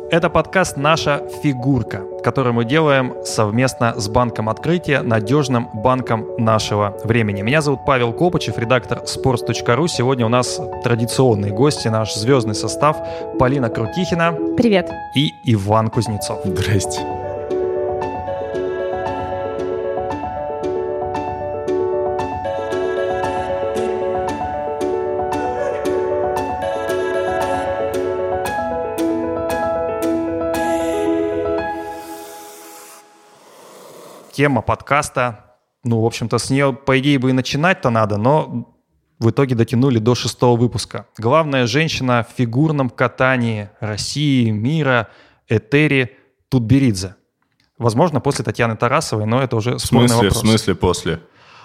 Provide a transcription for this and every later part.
Это подкаст «Наша фигурка», который мы делаем совместно с Банком Открытия, надежным банком нашего времени. Меня зовут Павел Копычев, редактор sports.ru. Сегодня у нас традиционные гости, наш звездный состав: Полина Крутихина. Привет. И Иван Кузнецов. Здрасте. Тема подкаста, в общем-то, с нее, по идее, бы и начинать-то надо, но в итоге дотянули до 6-го выпуска. Главная женщина в фигурном катании России, мира, Этери Тутберидзе. Возможно, после Татьяны Тарасовой, но это уже спорный вопрос. В смысле после?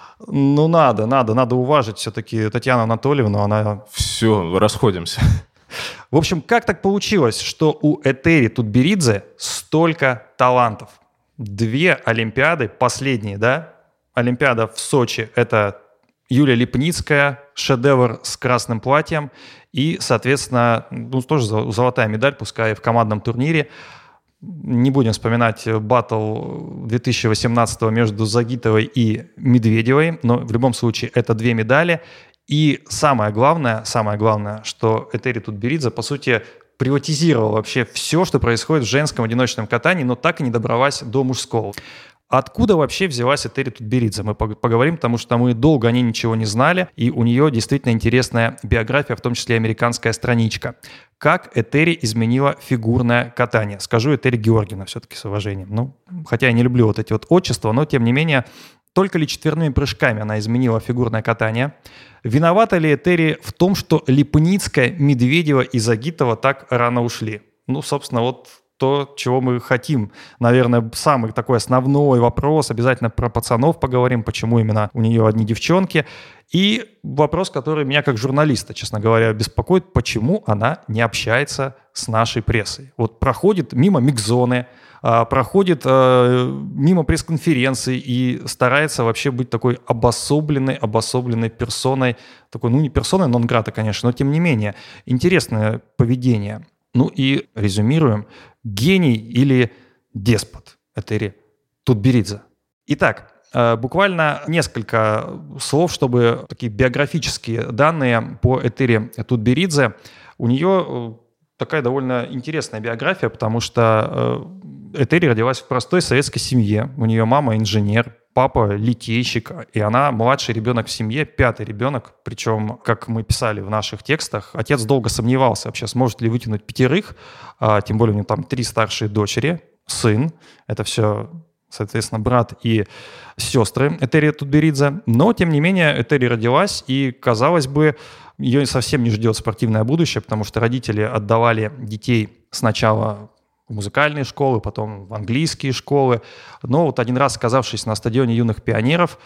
Надо уважить все-таки Татьяну Анатольевну, она... Все, расходимся. В общем, как так получилось, что у Этери Тутберидзе столько талантов? 2 Олимпиады, последние, да? Олимпиада в Сочи – это Юлия Липницкая, шедевр с красным платьем. И, соответственно, тоже золотая медаль, пускай и в командном турнире. Не будем вспоминать баттл 2018 между Загитовой и Медведевой, но в любом случае это 2 медали. И самое главное, что Этери Тутберидзе, по сути, приватизировала вообще все, что происходит в женском одиночном катании, но так и не добралась до мужского. Откуда вообще взялась Этери Тутберидзе? Мы поговорим, потому что мы долго о ней ничего не знали, и у нее действительно интересная биография, в том числе американская страничка. Как Этери изменила фигурное катание? Скажу Этери Георгиевна все-таки с уважением. Хотя я не люблю вот эти вот отчества, но тем не менее, только ли четверными прыжками она изменила фигурное катание? Виновата ли Этери в том, что Липницкая, Медведева и Загитова так рано ушли? Собственно, вот то, чего мы хотим. Наверное, самый такой основной вопрос. Обязательно про пацанов поговорим, почему именно у нее одни девчонки. И вопрос, который меня как журналиста, честно говоря, беспокоит, почему она не общается с нашей прессой. Вот проходит мимо микзоны, проходит мимо пресс-конференции и старается вообще быть такой обособленной персоной. Такой, не персоной нон-грата, конечно, но тем не менее. Интересное поведение. И резюмируем. Гений или деспот Этери Тутберидзе. Итак, буквально несколько слов, чтобы такие биографические данные по Этери Тутберидзе. У нее такая довольно интересная биография, потому что Этери родилась в простой советской семье. У нее мама инженер, папа литейщик, и она младший ребенок в семье, 5-й ребенок. Причем, как мы писали в наших текстах, отец долго сомневался вообще, сможет ли вытянуть 5, тем более у него там 3 старшие дочери, сын. Это все, соответственно, брат и сестры Этери Тутберидзе. Но, тем не менее, Этери родилась, и, казалось бы, ее совсем не ждет спортивное будущее, потому что родители отдавали детей сначала в музыкальные школы, потом в английские школы. Но вот один раз, оказавшись на стадионе юных пионеров,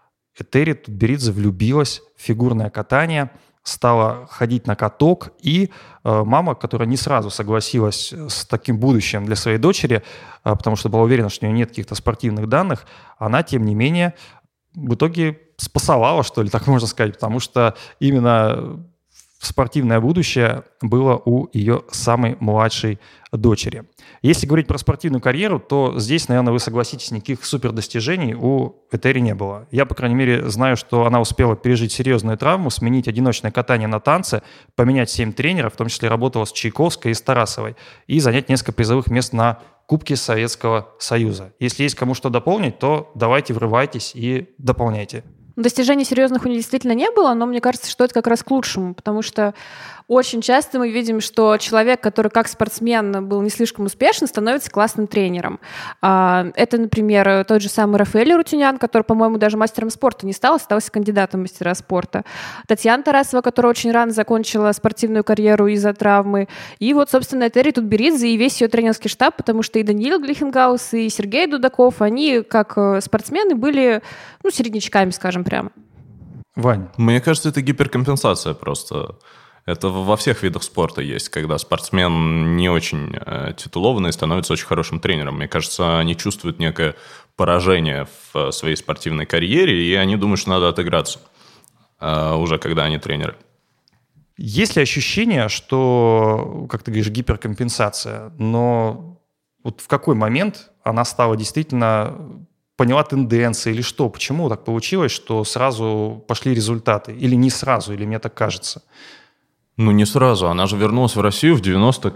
Этери Тутберидзе влюбилась в фигурное катание, стала ходить на каток, и мама, которая не сразу согласилась с таким будущим для своей дочери, потому что была уверена, что у нее нет каких-то спортивных данных, она, тем не менее, в итоге спасовала, что ли, так можно сказать, потому что именно спортивное будущее было у ее самой младшей дочери. Если говорить про спортивную карьеру, то здесь, наверное, вы согласитесь, никаких супердостижений у Этери не было. Я, по крайней мере, знаю, что она успела пережить серьезную травму, сменить одиночное катание на танцы, поменять 7 тренеров, в том числе работала с Чайковской и с Тарасовой, и занять несколько призовых мест на Кубке Советского Союза. Если есть кому что дополнить, то давайте врывайтесь и дополняйте. Достижений серьезных у нее действительно не было, но мне кажется, что это как раз к лучшему, потому что очень часто мы видим, что человек, который как спортсмен был не слишком успешен, становится классным тренером. Это, например, тот же самый Рафаэль Арутюнян, который, по-моему, даже мастером спорта не стал, остался кандидатом в мастера спорта. Татьяна Тарасова, которая очень рано закончила спортивную карьеру из-за травмы. И вот, собственно, Этери Тутберидзе и весь ее тренерский штаб, потому что и Даниил Глихенгаус, и Сергей Дудаков, они, как спортсмены, были, середнячками, скажем прямо. Вань. Мне кажется, это гиперкомпенсация просто. Это во всех видах спорта есть, когда спортсмен не очень титулованный становится очень хорошим тренером. Мне кажется, они чувствуют некое поражение в своей спортивной карьере, и они думают, что надо отыграться уже, когда они тренеры. Есть ли ощущение, что, как ты говоришь, гиперкомпенсация, но вот в какой момент она стала действительно, поняла тенденции или что? Почему так получилось, что сразу пошли результаты? Или не сразу, или мне так кажется? Ну, не сразу. Она же вернулась в Россию в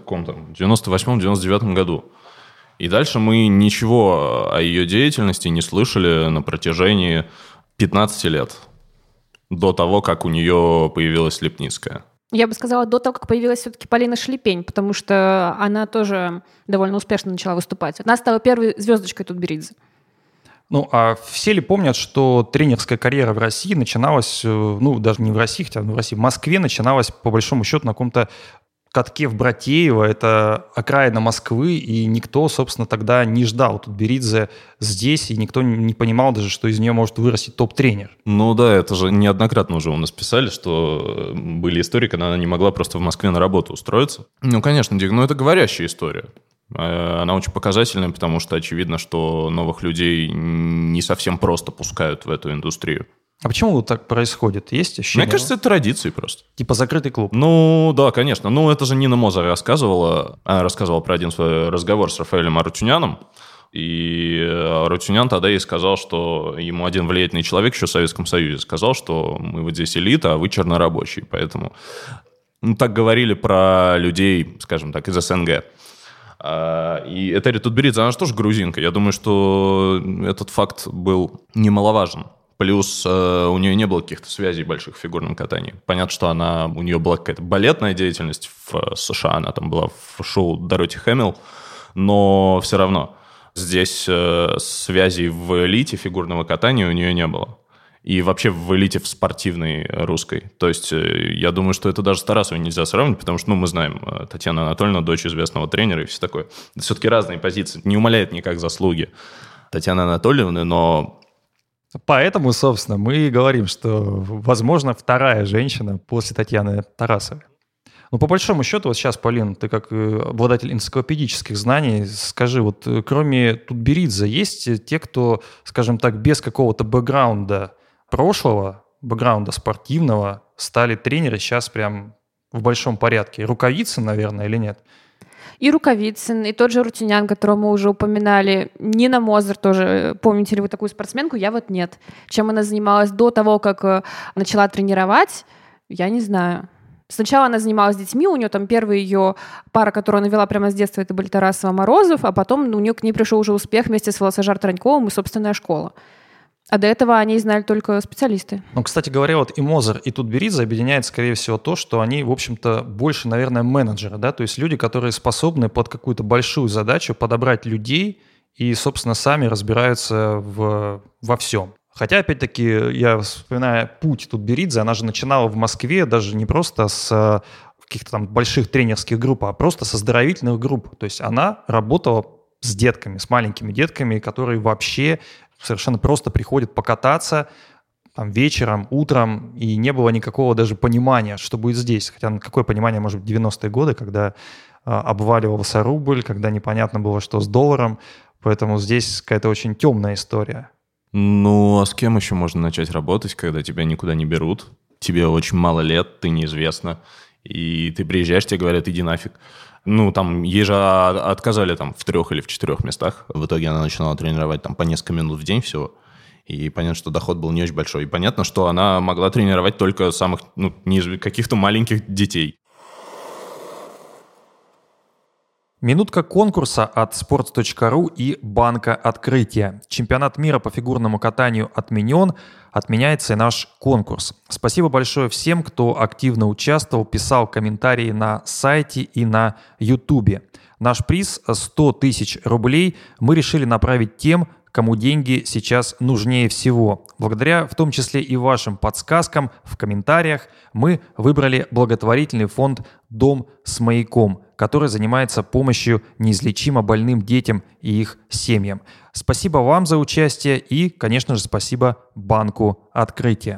98-99 году. И дальше мы ничего о ее деятельности не слышали на протяжении 15 лет. До того, как у нее появилась Лепницкая. Я бы сказала, до того, как появилась все-таки Полина Шлепень, потому что она тоже довольно успешно начала выступать. Она стала первой звездочкой Тутберидзе. Ну, а все ли помнят, что тренерская карьера в России начиналась, ну, даже не в России, хотя в России, в Москве начиналась, по большому счету, на каком-то катке в Братеево, это окраина Москвы, и никто, собственно, тогда не ждал Тутберидзе здесь, и никто не понимал даже, что из нее может вырасти топ-тренер. Ну да, это же неоднократно уже у нас писали, что были истории, когда она не могла просто в Москве на работу устроиться. Ну, конечно, Дик, это говорящая история. Она очень показательная, потому что очевидно, что новых людей не совсем просто пускают в эту индустрию. А почему так происходит? Есть ощущение? Мне кажется, это традиции просто. Типа закрытый клуб? Ну, да, конечно. Ну, это же Нина Мозер рассказывала. Она рассказывала про один свой разговор с Рафаэлем Арутюняном. И Арутюнян тогда ей сказал, что ему один влиятельный человек еще в Советском Союзе сказал, что мы вот здесь элита, а вы чернорабочие. Поэтому так говорили про людей, скажем так, из СНГ. И Этери Тутберидзе, она же тоже грузинка. Я думаю, что этот факт был немаловажен. Плюс у нее не было каких-то связей больших в фигурном катании. Понятно, что у нее была какая-то балетная деятельность в США, она там была в шоу Дороти Хэмилл, но все равно здесь связей в элите фигурного катания у нее не было. И вообще в элите в спортивной русской. То есть я думаю, что это даже с Тарасовой нельзя сравнивать, потому что мы знаем, Татьяна Анатольевна, дочь известного тренера и все такое. Это все-таки разные позиции. Не умаляет никак заслуги Татьяны Анатольевны, но... Поэтому, собственно, мы и говорим, что, возможно, вторая женщина после Татьяны Тарасовой. Ну, по большому счету, вот сейчас, Полин, ты как обладатель энциклопедических знаний, скажи, вот кроме Тутберидзе, есть те, кто, скажем так, без какого-то бэкграунда прошлого, бэкграунда спортивного, стали тренеры сейчас прям в большом порядке? Рукавицын, наверное, или нет? И Рукавицын, и тот же Рутюнян, которого мы уже упоминали, Нина Мозер тоже. Помните ли вы такую спортсменку? Я вот нет. Чем она занималась до того, как начала тренировать, я не знаю. Сначала она занималась с детьми, у нее там первая ее пара, которую она вела прямо с детства, это были Тарасова, Морозов, а потом у нее к ней пришел уже успех вместе с Волосожар Троньковым и собственная школа. А до этого они знали только специалисты. Ну, кстати говоря, вот и Мозер, и Тутберидзе объединяет, скорее всего, то, что они, в общем-то, больше, наверное, менеджеры, да, то есть люди, которые способны под какую-то большую задачу подобрать людей и, собственно, сами разбираются во всем. Хотя, опять-таки, я вспоминаю путь Тутберидзе, она же начинала в Москве даже не просто с каких-то там больших тренерских групп, а просто со оздоровительных групп. То есть она работала с детками, с маленькими детками, которые вообще совершенно просто приходят покататься там, вечером, утром, и не было никакого даже понимания, что будет здесь. Хотя какое понимание, может быть, 90-е годы, когда обваливался рубль, когда непонятно было, что с долларом. Поэтому здесь какая-то очень темная история. Ну, а с кем еще можно начать работать, когда тебя никуда не берут? Тебе очень мало лет, ты неизвестна, и ты приезжаешь, тебе говорят, иди нафиг. Ну, там, ей же отказали там в 3 или в 4 местах. В итоге она начинала тренировать там по несколько минут в день всего. И понятно, что доход был не очень большой. И понятно, что она могла тренировать только самых, каких-то маленьких детей. Минутка конкурса от sports.ru и Банка Открытия. Чемпионат мира по фигурному катанию отменен, отменяется и наш конкурс. Спасибо большое всем, кто активно участвовал, писал комментарии на сайте и на Ютубе. Наш приз 100 тысяч рублей мы решили направить тем, кому деньги сейчас нужнее всего. Благодаря в том числе и вашим подсказкам в комментариях мы выбрали благотворительный фонд «Дом с маяком», который занимается помощью неизлечимо больным детям и их семьям. Спасибо вам за участие и, конечно же, спасибо Банку Открытия.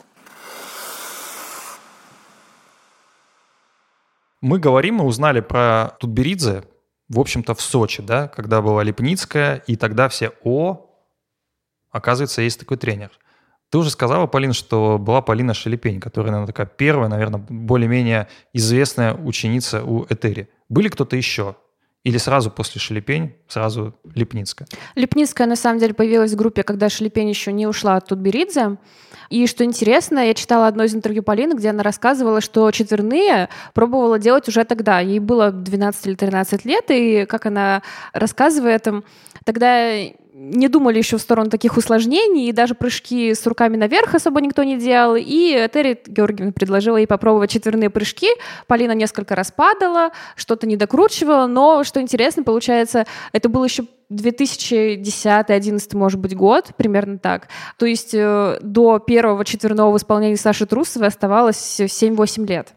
Мы узнали про Тутберидзе, в общем-то, в Сочи, да, когда была Лепницкая, и тогда все, оказывается, есть такой тренер. Ты уже сказала, Полин, что была Полина Шелепень, которая, наверное, такая первая, наверное, более-менее известная ученица у Этери. Были кто-то еще? Или сразу после Шелепень, сразу Липницкая? Липницкая, на самом деле, появилась в группе, когда Шелепень еще не ушла от Тутберидзе. И что интересно, я читала одно из интервью Полины, где она рассказывала, что четверные пробовала делать уже тогда. Ей было 12 или 13 лет, и как она рассказывает, тогда не думали еще в сторону таких усложнений, и даже прыжки с руками наверх особо никто не делал. И Этери Георгиевна предложила ей попробовать четверные прыжки. Полина несколько раз падала, что-то не докручивала, но, что интересно, получается, это был еще 2010-2011, может быть, год, примерно так. То есть до первого четверного в исполнении Саши Трусовой оставалось 7-8 лет.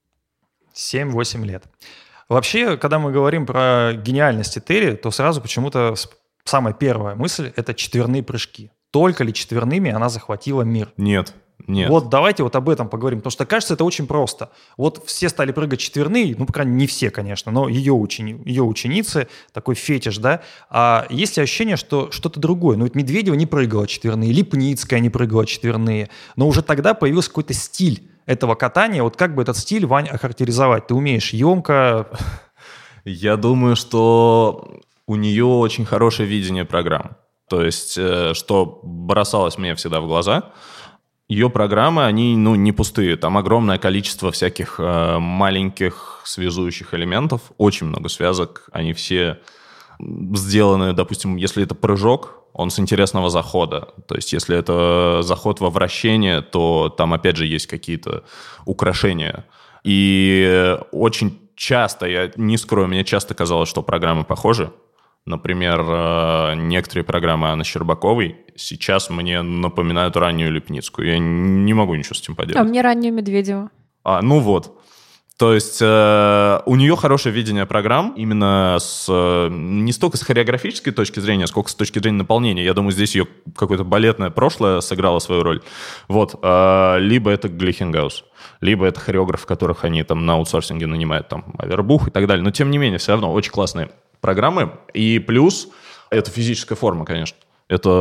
7-8 лет. Вообще, когда мы говорим про гениальность Этери, то сразу почему-то самая первая мысль — это четверные прыжки. Только ли четверными она захватила мир? Нет. Вот давайте вот об этом поговорим, потому что, кажется, это очень просто. Вот все стали прыгать четверные, ну, по крайней мере, не все, конечно, но ее ученицы, такой фетиш, да. А есть ли ощущение, что что-то другое? Ну, ведь Медведева не прыгала четверные, Липницкая не прыгала четверные, но уже тогда появился какой-то стиль этого катания. Вот как бы этот стиль, Вань, охарактеризовать? Ты умеешь емко? Я думаю, что у нее очень хорошее видение программ. То есть, что бросалось мне всегда в глаза, ее программы, они не пустые. Там огромное количество всяких маленьких связующих элементов, очень много связок. Они все сделаны, допустим, если это прыжок, он с интересного захода. То есть, если это заход во вращение, то там, опять же, есть какие-то украшения. И очень часто, я не скрою, мне часто казалось, что программы похожи. Например, некоторые программы Анны Щербаковой сейчас мне напоминают раннюю Липницкую. Я не могу ничего с этим поделать. А мне раннюю Медведеву. Ну вот. То есть у нее хорошее видение программ именно не столько с хореографической точки зрения, сколько с точки зрения наполнения. Я думаю, здесь ее какое-то балетное прошлое сыграло свою роль. Вот. Либо это Глихенгаус, либо это хореографы, которых они там на аутсорсинге нанимают, там, Авербух и так далее. Но тем не менее, все равно очень классные программы. И плюс это физическая форма, конечно. Это,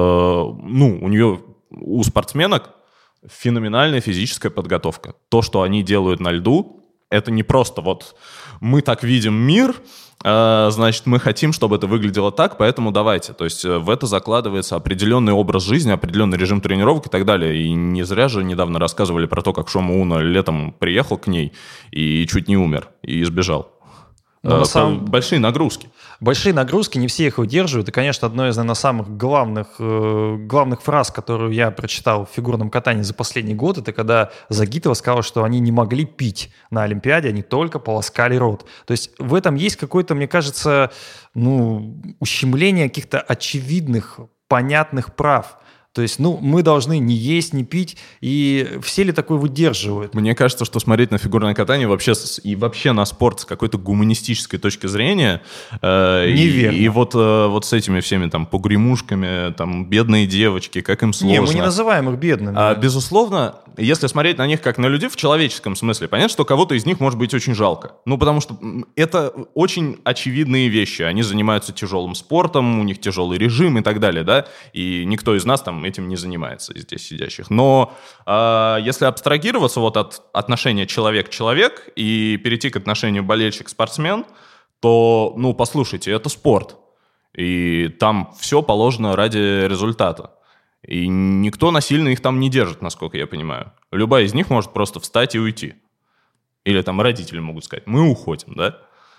у спортсменок феноменальная физическая подготовка. То, что они делают на льду, это не просто вот мы так видим мир, значит, мы хотим, чтобы это выглядело так, поэтому давайте. То есть в это закладывается определенный образ жизни, определенный режим тренировок и так далее. И не зря же недавно рассказывали про то, как Шома Уна летом приехал к ней и чуть не умер, и сбежал. Большие нагрузки. Большие нагрузки, не все их выдерживают. И, конечно, одной из, наверное, самых главных фраз, которую я прочитал в фигурном катании за последний год, это когда Загитова сказала, что они не могли пить на Олимпиаде, они только полоскали рот. То есть в этом есть какое-то, мне кажется, ущемление каких-то очевидных, понятных прав. То есть, мы должны не есть, не пить, и все ли такое выдерживают? Мне кажется, что смотреть на фигурное катание вообще на спорт с какой-то гуманистической точки зрения неверно. И вот с этими всеми там погремушками, там бедные девочки, как им сложно. Мы не называем их бедными. Безусловно, если смотреть на них как на людей в человеческом смысле, понятно, что кого-то из них может быть очень жалко. Потому что это очень очевидные вещи. Они занимаются тяжелым спортом, у них тяжелый режим и так далее, да, и никто из нас там этим не занимается, из здесь сидящих. Но если абстрагироваться вот от отношения человек-человек и перейти к отношению болельщик-спортсмен, то, послушайте, это спорт. И там все положено ради результата. И никто насильно их там не держит, насколько я понимаю. Любая из них может просто встать и уйти. Или там родители могут сказать, мы уходим, да?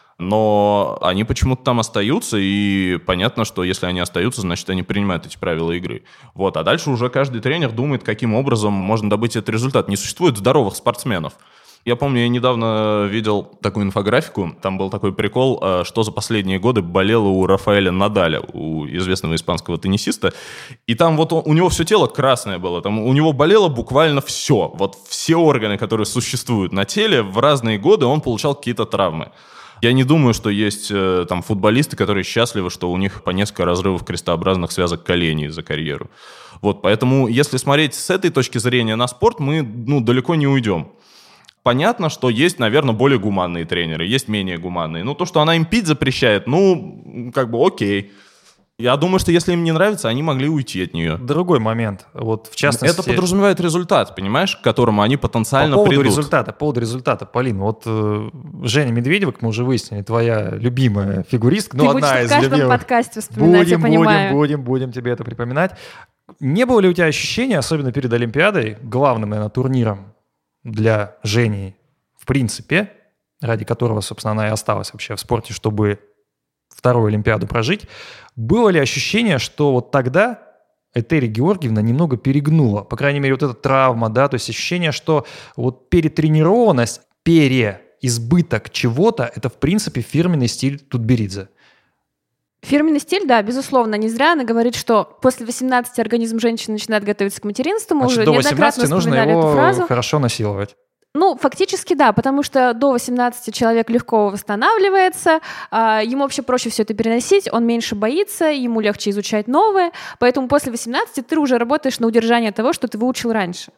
Но они почему-то там остаются, и понятно, что если они остаются, значит, они принимают эти правила игры. Вот. А дальше уже каждый тренер думает, каким образом можно добыть этот результат. Не существует здоровых спортсменов. Я помню, я недавно видел такую инфографику, там был такой прикол, что за последние годы болело у Рафаэля Надаля, у известного испанского теннисиста, и там вот у него все тело красное было, там у него болело буквально все, вот все органы, которые существуют на теле, в разные годы он получал какие-то травмы. Я не думаю, что есть там футболисты, которые счастливы, что у них по несколько разрывов крестообразных связок коленей за карьеру. Вот, поэтому, если смотреть с этой точки зрения на спорт, мы далеко не уйдем. Понятно, что есть, наверное, более гуманные тренеры, есть менее гуманные. То, что она им пить запрещает, окей. Я думаю, что если им не нравится, они могли уйти от нее. Другой момент. Вот, в частности... Это подразумевает результат, понимаешь, к которому они потенциально придут. По поводу результата, Полин, вот Женя Медведева, как мы уже выяснили, твоя любимая фигуристка, Ты будешь в каждом подкасте вспоминать, я понимаю. Будем тебе это припоминать. Не было ли у тебя ощущения, особенно перед Олимпиадой, главным, наверное, турниром для Жени, в принципе, ради которого, собственно, она и осталась вообще в спорте, чтобы вторую Олимпиаду прожить, было ли ощущение, что вот тогда Этери Георгиевна немного перегнула, по крайней мере, вот эта травма, да, то есть ощущение, что вот перетренированность, переизбыток чего-то, это, в принципе, фирменный стиль Тутберидзе. Фирменный стиль, да, безусловно. Не зря она говорит, что после 18 организм женщины начинает готовиться к материнству. Мы уже неоднократно вспоминали эту фразу. Хорошо насиловать. Ну, фактически, да, потому что до 18 человек легко восстанавливается, ему вообще проще все это переносить, он меньше боится, ему легче изучать новое, поэтому после 18 ты уже работаешь на удержание того, что ты выучил раньше.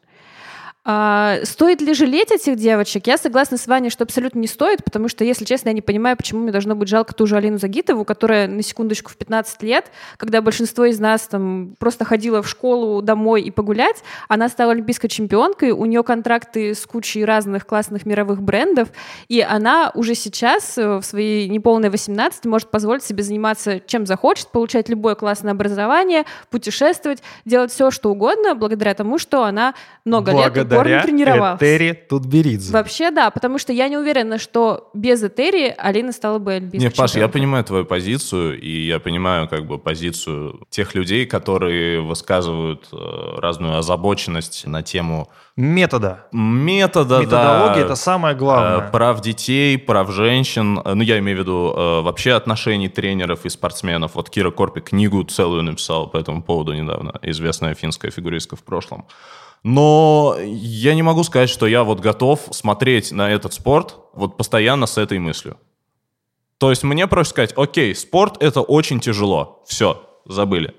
Стоит ли жалеть этих девочек? Я согласна с Ваней, что абсолютно не стоит, потому что, если честно, я не понимаю, почему мне должно быть жалко ту же Алину Загитову, которая, на секундочку, в 15 лет, когда большинство из нас там просто ходила в школу, домой и погулять, она стала олимпийской чемпионкой, у нее контракты с кучей разных классных мировых брендов, и она уже сейчас, в свои неполные 18, может позволить себе заниматься чем захочет, получать любое классное образование, путешествовать, делать все, что угодно, благодаря тому, что она много лет упорно тренировалась. Этери Тутберидзе. Вообще, да, потому что я не уверена, что без Этери Алина стала бы олимпийской чемпионкой. Паш, я понимаю твою позицию, и я понимаю как бы позицию тех людей, которые высказывают разную озабоченность на тему метода, Методология, да. Это самое главное. Прав детей, прав женщин. Ну, я имею в виду вообще отношений тренеров и спортсменов. Вот Кира Корпи книгу целую написала по этому поводу недавно, известная финская фигуристка в прошлом. Но я не могу сказать, что я вот готов смотреть на этот спорт вот постоянно с этой мыслью. То есть мне проще сказать, окей, спорт — это очень тяжело. Все, забыли.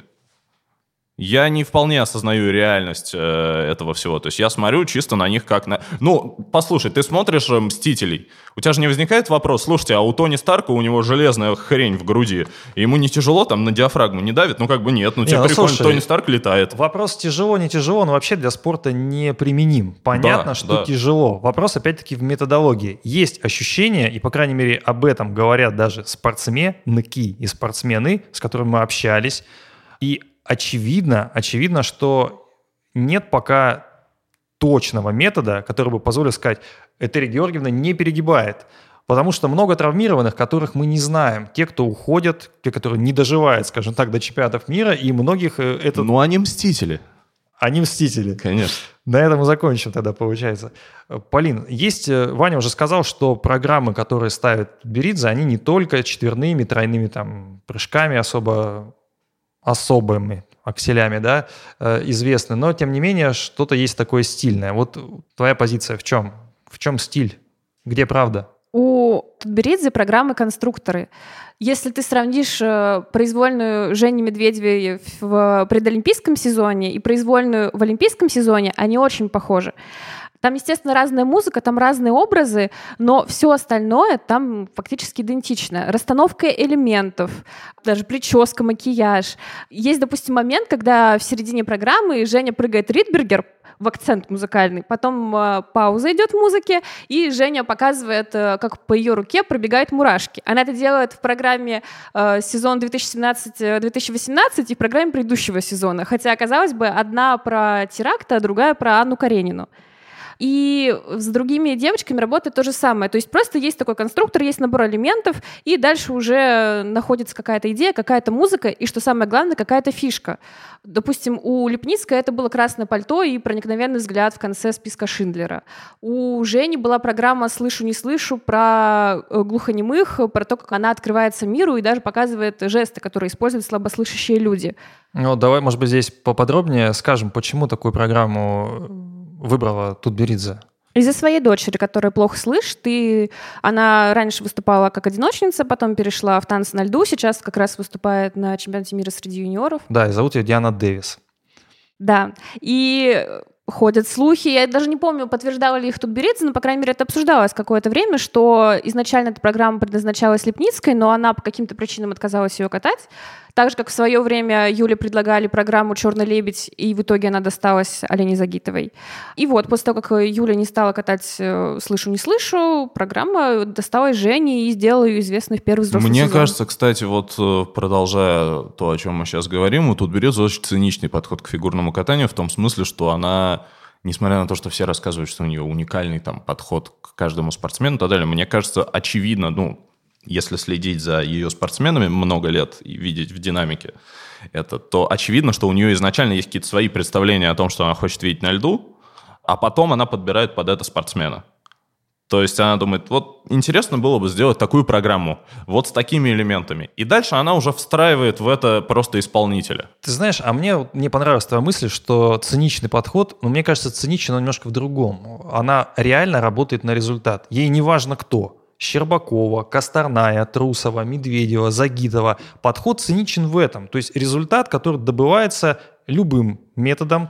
Я не вполне осознаю реальность этого всего. То есть я смотрю чисто на них как на... Ну, послушай, ты смотришь «Мстителей». У тебя же не возникает вопрос, слушайте, а у Тони Старка, у него железная хрень в груди, и ему не тяжело, там на диафрагму не давит? Ну, как бы нет, ну, тебе прикольно, Тони Старк летает. Вопрос тяжело, не тяжело, он вообще для спорта не применим. Понятно, что тяжело. Вопрос, опять-таки, в методологии. Есть ощущение, и, по крайней мере, об этом говорят даже спортсменки и спортсмены, с которыми мы общались, и очевидно, что нет пока точного метода, который бы позволил сказать, Этери Георгиевна не перегибает. Потому что много травмированных, которых мы не знаем. Те, кто уходят, те, которые не доживают, скажем так, до чемпионатов мира, и многих это... Ну, они мстители. Они мстители. Конечно. На этом мы закончим тогда, получается. Полин, Ваня уже сказал, что программы, которые ставят Тутберидзе, они не только четверными, тройными там, прыжками особыми акселями, да, известны, но, тем не менее, что-то есть такое стильное. Вот твоя позиция в чем? В чем стиль? Где правда? У Тутберидзе программы конструкторы. Если ты сравнишь произвольную Жени Медведевой в предолимпийском сезоне и произвольную в олимпийском сезоне, они очень похожи. Там, естественно, разная музыка, там разные образы, но все остальное там фактически идентично. Расстановка элементов, даже прическа, макияж. Есть, допустим, момент, когда в середине программы Женя прыгает ридбергер в акцент музыкальный, потом пауза идет в музыке, и Женя показывает, как по ее руке пробегают мурашки. Она это делает в программе сезон 2017-2018 и в программе предыдущего сезона, хотя, казалось бы, одна про теракт, а другая про Анну Каренину. И с другими девочками работает то же самое. То есть просто есть такой конструктор, есть набор элементов, и дальше уже находится какая-то идея, какая-то музыка, и, что самое главное, какая-то фишка. Допустим, у Лепницкой это было красное пальто и проникновенный взгляд в конце списка Шиндлера. У Жени была программа «Слышу, не слышу» про глухонемых, про то, как она открывается миру и даже показывает жесты, которые используют слабослышащие люди. Ну, давай, может быть, здесь поподробнее скажем, почему такую программу выбрала Тутберидзе? Из-за своей дочери, которая плохо слышит. Она раньше выступала как одиночница, потом перешла в танцы на льду, сейчас как раз выступает на чемпионате мира среди юниоров. Да, и зовут ее Диана Дэвис. Да, и ходят слухи, я даже не помню, подтверждала ли их Тутберидзе, но, по крайней мере, это обсуждалось какое-то время, что изначально эта программа предназначалась Лепницкой, но она по каким-то причинам отказалась ее катать. Так же, как в свое время Юле предлагали программу «Черный лебедь», и в итоге она досталась Алене Загитовой. И вот, после того, как Юля не стала катать «Слышу, не слышу», программа досталась Жене и сделала ее известной в первый взрослый сезон. Мне кажется, кстати, вот продолжая то, о чем мы сейчас говорим, у Тутберидзе очень циничный подход к фигурному катанию в том смысле, что она, несмотря на то, что все рассказывают, что у нее уникальный там подход к каждому спортсмену и так далее, мне кажется, очевидно, если следить за ее спортсменами много лет и видеть в динамике это, то очевидно, что у нее изначально есть какие-то свои представления о том, что она хочет видеть на льду, а потом она подбирает под это спортсмена. То есть она думает, вот интересно было бы сделать такую программу, вот с такими элементами. И дальше она уже встраивает в это просто исполнителя. Ты знаешь, мне понравилась твоя мысль, что циничный подход, но мне кажется, циничен он немножко в другом. Она реально работает на результат. Ей не важно кто. Щербакова, Косторная, Трусова, Медведева, Загитова. Подход циничен в этом. То есть результат, который добывается любым методом.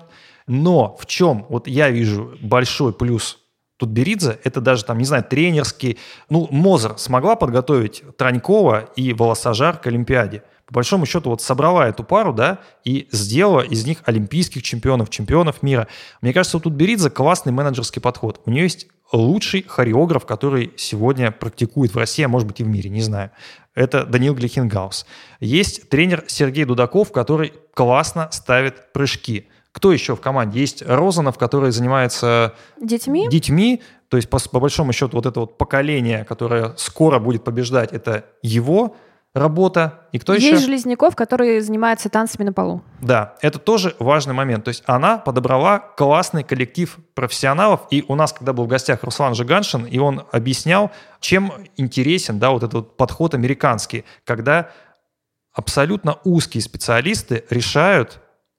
Но в чем вот я вижу большой плюс Тутберидзе, это даже там, не знаю, тренерский. Мозер смогла подготовить Транькова и Волосожар к Олимпиаде. По большому счету вот собрала эту пару, да, и сделала из них олимпийских чемпионов, чемпионов мира. Мне кажется, у Тутберидзе классный менеджерский подход. У нее есть лучший хореограф, который сегодня практикует в России, а может быть и в мире, не знаю. Это Даниил Глихенгаус. Есть тренер Сергей Дудаков, который классно ставит прыжки. Кто еще в команде? Есть Розанов, который занимается детьми. То есть, по большому счету, вот это вот поколение, которое скоро будет побеждать, это его работа. И кто еще? Есть Железняков, который занимается танцами на полу. Да, это тоже важный момент. То есть она подобрала классный коллектив профессионалов. И у нас, когда был в гостях Руслан Жиганшин, и он объяснял, чем интересен, да, вот этот вот подход американский, когда абсолютно узкие специалисты решают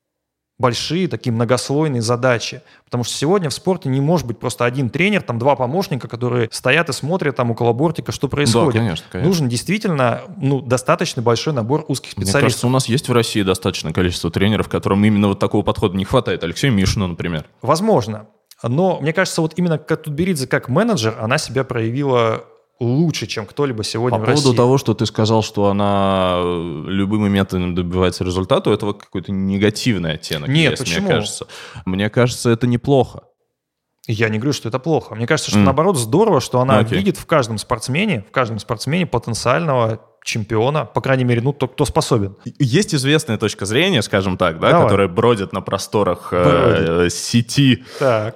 большие такие многослойные задачи. Потому что сегодня в спорте не может быть просто один тренер, там два помощника, которые стоят и смотрят там около бортика, что происходит. Да, конечно. Нужен действительно достаточно большой набор узких специалистов. Мне кажется, у нас есть в России достаточное количество тренеров, которым именно вот такого подхода не хватает. Алексею Мишину, например. Возможно. Но мне кажется, вот именно Тутберидзе как менеджер, она себя проявила лучше, чем кто-либо сегодня в России. По поводу того, что ты сказал, что она любыми методами добивается результата, у этого какой-то негативный оттенок. Нет, почему? Мне кажется, это неплохо. Я не говорю, что это плохо. Мне кажется, что наоборот здорово, что она видит в каждом спортсмене потенциального чемпиона, по крайней мере, тот, кто способен. Есть известная точка зрения, скажем так, да, которая бродит на просторах сети, так.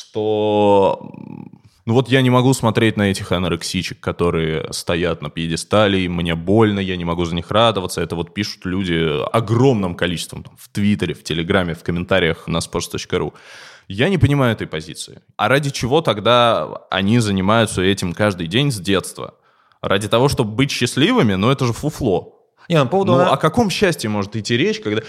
Что... я не могу смотреть на этих анорексичек, которые стоят на пьедестале, и мне больно, я не могу за них радоваться. Это вот пишут люди огромным количеством в Твиттере, в Телеграме, в комментариях на sports.ru. Я не понимаю этой позиции. А ради чего тогда они занимаются этим каждый день с детства? Ради того, чтобы быть счастливыми? Это же фуфло. По поводу... О каком счастье может идти речь, когда...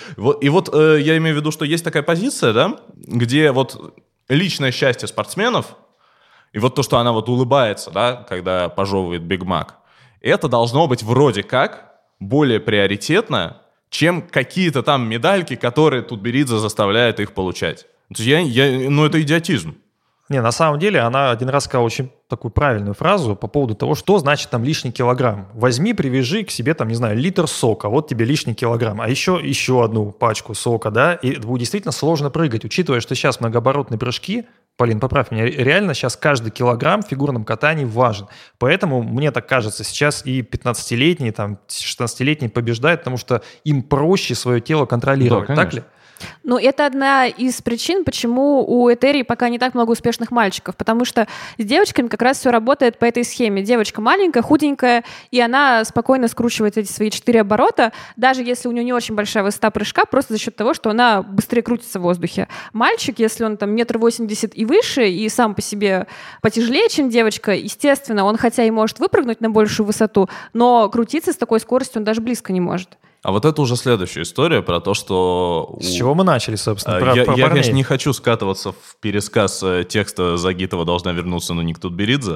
Я имею в виду, что есть такая позиция, да, где вот личное счастье спортсменов, и вот то, что она вот улыбается, да, когда пожевывает Биг Мак, это должно быть вроде как более приоритетно, чем какие-то там медальки, которые Тутберидзе заставляет их получать. То есть это идиотизм. На самом деле она один раз сказала очень такую правильную фразу по поводу того, что значит там лишний килограмм. Возьми, привяжи к себе там, не знаю, литр сока, вот тебе лишний килограмм, а еще одну пачку сока, да, и будет действительно сложно прыгать, учитывая, что сейчас многооборотные прыжки, Полин, поправь меня, реально сейчас каждый килограмм в фигурном катании важен. Поэтому, мне так кажется, сейчас и 15-летние, там, 16-летние побеждают, потому что им проще свое тело контролировать, да, так ли? Это одна из причин, почему у Этерии пока не так много успешных мальчиков, потому что с девочками как раз все работает по этой схеме. Девочка маленькая, худенькая, и она спокойно скручивает эти свои 4 оборота, даже если у нее не очень большая высота прыжка, просто за счет того, что она быстрее крутится в воздухе. Мальчик, если он там 1,80 м и выше, и сам по себе потяжелее, чем девочка, естественно, он хотя и может выпрыгнуть на большую высоту, но крутиться с такой скоростью он даже близко не может. А вот это уже следующая история про то, что... С чего мы начали, собственно, Я, конечно, не хочу скатываться в пересказ текста «Загитова должна вернуться, но не к Тутберидзе»,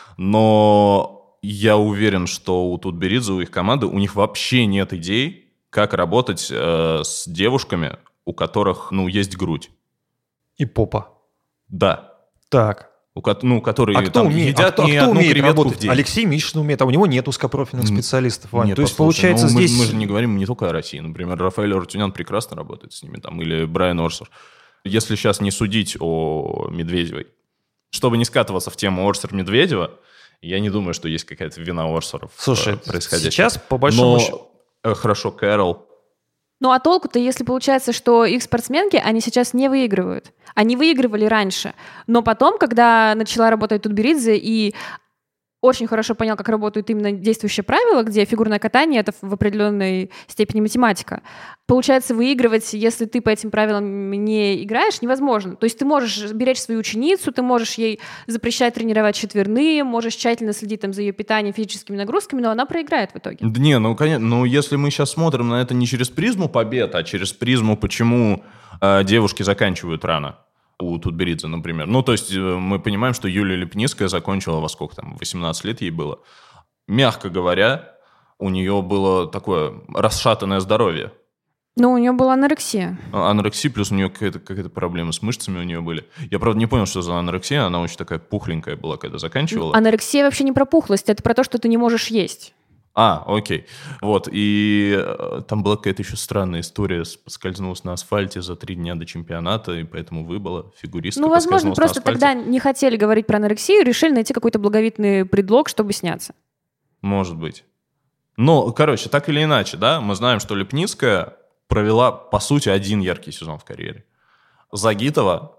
но я уверен, что у Тутберидзе, у их команды, у них вообще нет идей, как работать с девушками, у которых, есть грудь. И попа. Да. Так. Которые кто там умеет, едят не одну умеет креветку работать? в день. Алексей Мишин умеет, а у него нет узкопрофильных специалистов, Вань. Нет, То есть, послушай, получается, здесь... Мы же не говорим не только о России. Например, Рафаэль Арутюнян прекрасно работает с ними, там, или Брайан Орсер. Если сейчас не судить о Медведевой, чтобы не скатываться в тему Орсер-Медведева, я не думаю, что есть какая-то вина Орсеров в происходящем. Сейчас, по большому счету... Хорошо, Кэрол. Ну а толку-то, если получается, что их спортсменки, они сейчас не выигрывают. Они выигрывали раньше. Но потом, когда начала работать Тутберидзе и очень хорошо понял, как работают именно действующие правила, где фигурное катание — это в определенной степени математика. Получается, выигрывать, если ты по этим правилам не играешь, невозможно. То есть ты можешь беречь свою ученицу, ты можешь ей запрещать тренировать четверные, можешь тщательно следить там за ее питанием, физическими нагрузками, но она проиграет в итоге. Да не, ну, конечно, ну, если мы сейчас смотрим на это не через призму побед, а через призму, почему девушки заканчивают рано. У Тутберидзе, например. Ну, то есть мы понимаем, что Юлия Лепницкая закончила во сколько там, 18 лет ей было. Мягко говоря, у нее было такое расшатанное здоровье. Ну, у нее была анорексия. Анорексия, плюс у нее какая-то проблема с мышцами у нее были. Я, правда, не понял, что за анорексия, она очень такая пухленькая была, когда заканчивала. Анорексия вообще не про пухлость, это про то, что ты не можешь есть. Окей. Вот, и там была какая-то еще странная история, поскользнулась на асфальте за 3 дня до чемпионата, и поэтому выбыла фигуристка. Ну, возможно, просто тогда не хотели говорить про анорексию, решили найти какой-то благовидный предлог, чтобы сняться. Может быть. Но, короче, так или иначе, да, мы знаем, что Лепницкая провела, по сути, 1 яркий сезон в карьере. Загитова,